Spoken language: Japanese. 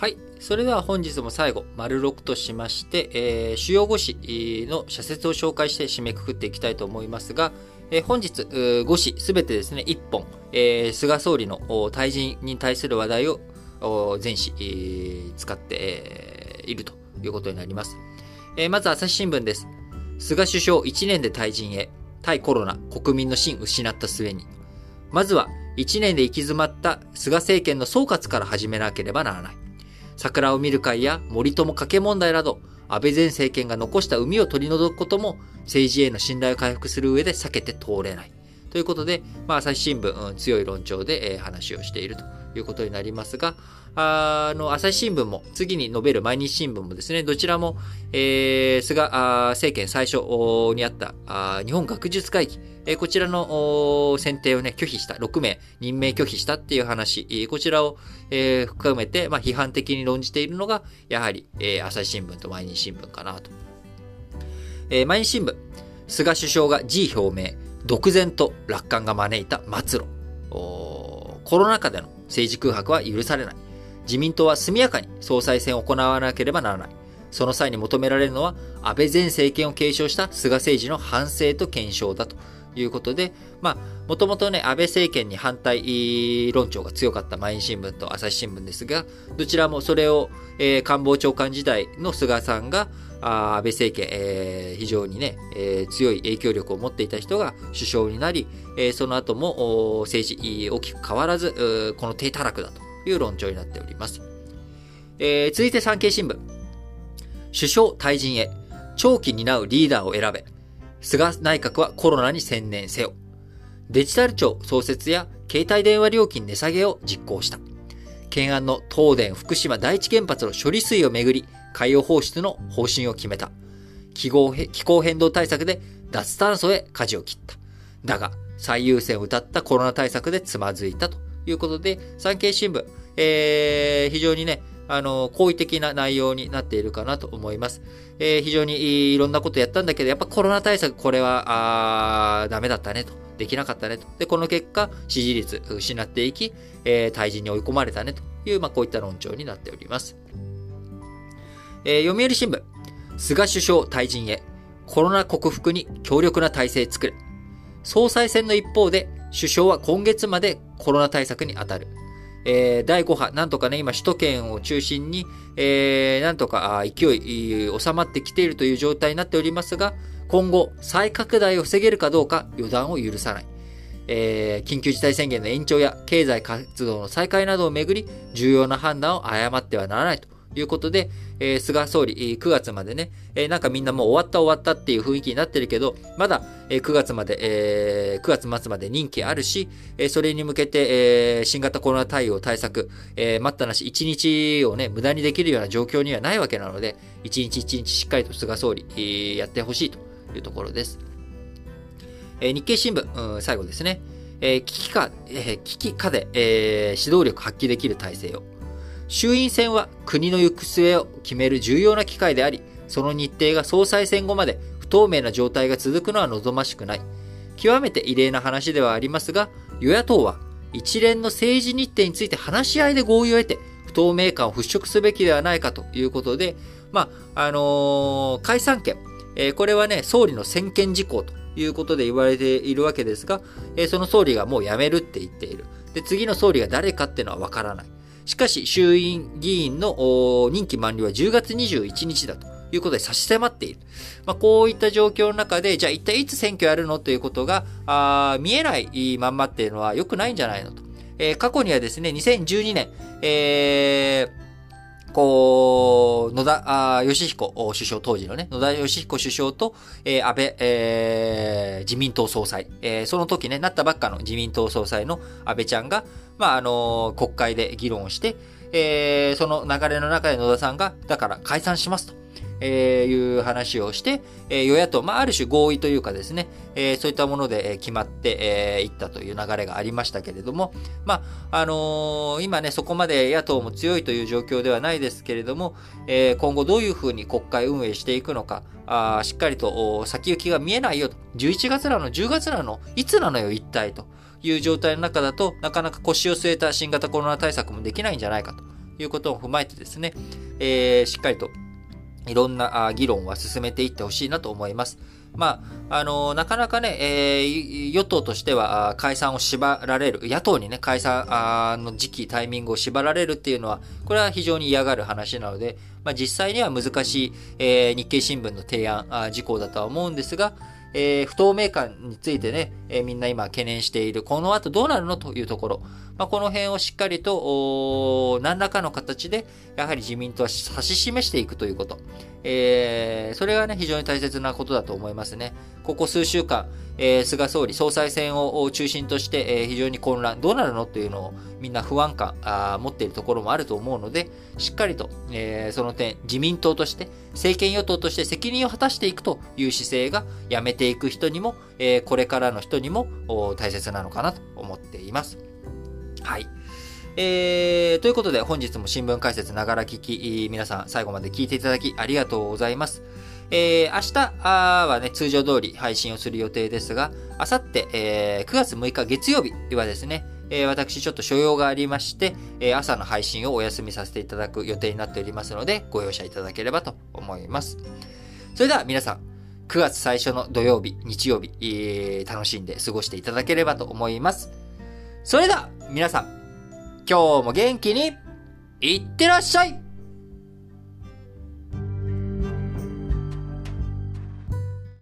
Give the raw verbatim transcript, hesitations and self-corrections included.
はい。それでは本日も最後、丸ろくとしまして、えー、主要ご誌の社説を紹介して締めくくっていきたいと思いますが、えー、本日ご誌すべてですね、いっぽん、えー、菅総理の退陣に対する話題を全紙、えー、使って、えー、いるということになります。えー、まず朝日新聞です。菅首相いちねんで退陣へ、対コロナ、国民の信失った末に。まずはいちねんで行き詰まった菅政権の総括から始めなければならない。桜を見る会や森友家計問題など、安倍前政権が残した膿を取り除くことも政治への信頼を回復する上で避けて通れない。ということで、まあ、朝日新聞、うん、強い論調で、えー、話をしているということになりますが、あの、朝日新聞も、次に述べる毎日新聞もですね、どちらも、えー、菅政権最初にあったあ日本学術会議、えー、こちらの選定をね、拒否した、ろくめい任命拒否したっていう話、こちらを、えー、含めて、まあ、批判的に論じているのが、やはり、えー、朝日新聞と毎日新聞かなと。えー、毎日新聞、菅首相が辞意表明、独善と楽観が招いた末路。コロナ禍での政治空白は許されない。自民党は速やかに総裁選を行わなければならない。その際に求められるのは、安倍前政権を継承した菅政治の反省と検証だということで、まあ、もともとね、安倍政権に反対論調が強かった毎日新聞と朝日新聞ですが、どちらもそれを、えー、官房長官時代の菅さんが、あ安倍政権、えー、非常にね、えー、強い影響力を持っていた人が首相になり、えー、その後も政治大きく変わらず、この低たらくだという論調になっております。えー、続いて産経新聞。首相退陣へ、長期担うリーダーを選べ。菅内閣はコロナに専念せよ。デジタル庁創設や携帯電話料金値下げを実行した。懸案の東電福島第一原発の処理水をめぐり、海洋放出の方針を決めた。気候気候変動対策で脱炭素へ舵を切った。だが、最優先を謳ったコロナ対策でつまずいたということで、産経新聞、えー、非常にね、あの、好意的な内容になっているかなと思います。えー、非常にいろんなことやったんだけど、やっぱコロナ対策、これは、あーダメだったねと。できなかったねと。で、この結果、支持率失っていき、えー、退陣に追い込まれたねという、まあ、こういった論調になっております。えー、読売新聞、菅首相退陣へ、コロナ克服に強力な体制作れ。総裁選の一方で、首相は今月までコロナ対策に当たる。えー、だいご波、なんとかね、今首都圏を中心に、えー、なんとか勢い収まってきているという状態になっておりますが、今後、再拡大を防げるかどうか予断を許さない。えー、緊急事態宣言の延長や経済活動の再開などをめぐり、重要な判断を誤ってはならないということで、えー、菅総理、くがつまでね、えー、なんかみんなもう終わった終わったっていう雰囲気になってるけど、まだ、えー、くがつまで、えー、くがつ末まで任期あるし、えー、それに向けて、えー、新型コロナ対応対策、えー、待ったなしいちにちをね、無駄にできるような状況にはないわけなので、一日一日しっかりと菅総理、えー、やってほしいというところです。えー、日経新聞、うん、最後ですね。えー、危機下、えー、危機下で、えー、指導力発揮できる体制を。衆院選は国の行く末を決める重要な機会であり、その日程が総裁選後まで不透明な状態が続くのは望ましくない。極めて異例な話ではありますが、与野党は一連の政治日程について話し合いで合意を得て、不透明感を払拭すべきではないかということで、まあ、あのー、解散権、えー、これはね、総理の専権事項ということで言われているわけですが、えー、その総理がもう辞めるって言っている。で、次の総理が誰かっていうのはわからない。しかし、衆院議員の任期満了はじゅうがつにじゅういちにちだということで差し迫っている。まあ、こういった状況の中で、じゃあ一体いつ選挙やるのということが、あ見えないまんまっていうのは良くないんじゃないのと。えー、過去にはですね、にせんじゅうにねん、えー、こう、野田義彦首相、当時のね、野田義彦首相と、えー、安倍、えー、自民党総裁、えー、その時ね、なったばっかの自民党総裁の安倍ちゃんが、まあ、あのー、国会で議論をして、えー、その流れの中で野田さんが、だから解散しますと、えー、いう話をして、えー、与野党、まあ、ある種合意というかですね、えー、そういったもので決まってえー、いったという流れがありましたけれども、まあ、あのー、今ね、そこまで野党も強いという状況ではないですけれども、えー、今後どういうふうに国会運営していくのか、あしっかりと先行きが見えないよと、じゅういちがつなの、じゅうがつなの、いつなのよ、一体という状態の中だと、なかなか腰を据えた新型コロナ対策もできないんじゃないかということを踏まえてですね、えー、しっかりといろんな議論は進めていってほしいなと思います。まあ、あのー、なかなかね、えー、与党としては解散を縛られる、野党にね、解散の時期、タイミングを縛られるっていうのは、これは非常に嫌がる話なので、まあ、実際には難しい、えー、日経新聞の提案、あ事項だとは思うんですが、えー、不透明感についてね、えー、みんな今懸念している、この後どうなるのというところ、まあ、この辺をしっかりと、何らかの形で、やはり自民党は指し示していくということ。えー、それがね、非常に大切なことだと思いますね。ここ数週間、えー、菅総理、総裁選を中心として、えー、非常に混乱、どうなるのっていうのをみんな不安感あ持っているところもあると思うので、しっかりと、えー、その点、自民党として、政権与党として責任を果たしていくという姿勢が、やめていく人にも、えー、これからの人にも大切なのかなと思っています。はい。えー、ということで本日も新聞解説ながら聞き、皆さん最後まで聞いていただきありがとうございます。えー、明日はね、通常通り配信をする予定ですが、あさって、えー、くがつむいか月曜日はですね、えー、私ちょっと所用がありまして、えー、朝の配信をお休みさせていただく予定になっておりますので、ご容赦いただければと思います。それでは皆さん、くがつ最初の土曜日、日曜日、えー、楽しんで過ごしていただければと思います。それでは皆さん、今日も元気にいってらっしゃい。